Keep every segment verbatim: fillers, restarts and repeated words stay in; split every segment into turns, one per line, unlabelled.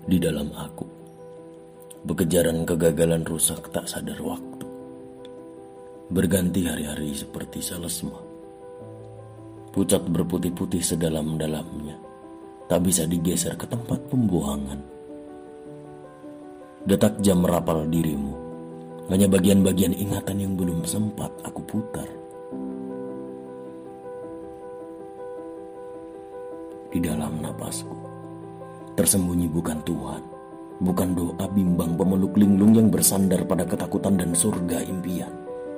Di dalam aku, bekejaran kegagalan rusak tak sadar waktu. Berganti hari-hari seperti salesma. Pucat berputih-putih sedalam-dalamnya, tak bisa digeser ke tempat pembuangan. Detak jam merapal dirimu, hanya bagian-bagian ingatan yang belum sempat aku putar. Di dalam napasku, tersembunyi bukan Tuhan, bukan doa bimbang pemeluk linglung yang bersandar pada ketakutan dan surga impian.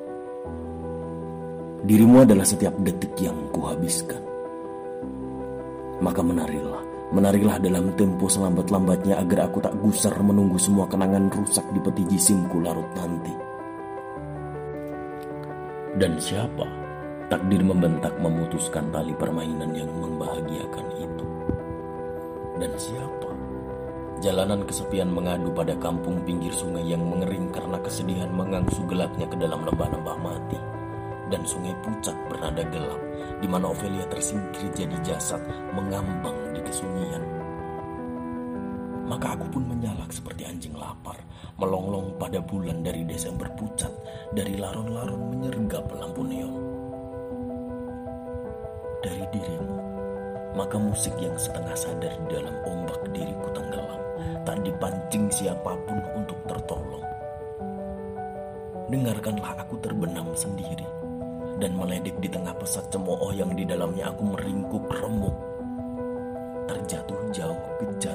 Dirimu adalah setiap detik yang kuhabiskan. Maka menarilah, menarilah dalam tempo selambat-lambatnya agar aku tak gusar menunggu semua kenangan rusak di peti jisimku larut nanti. Dan siapa takdir membentak memutuskan tali permainan yang membahagiakan itu? Dan siapa jalanan kesepian mengadu pada kampung pinggir sungai yang mengering karena kesedihan mengangsu gelapnya ke dalam lembah-lembah mati, dan sungai pucat bernada gelap di mana Ophelia tersingkir jadi jasad mengambang di kesunyian. Maka aku pun menyalak seperti anjing lapar, melonglong pada bulan dari Desember pucat, dari laron-laron menyergap lampu neon. Dari dirimu, maka musik yang setengah sadar di dalam ombak diriku tenggelam, tak dipancing siapapun untuk tertolong. Dengarkanlah aku terbenam sendiri dan meledek di tengah pesat cemooh yang di dalamnya aku meringkuk remuk. Terjatuh jauh ke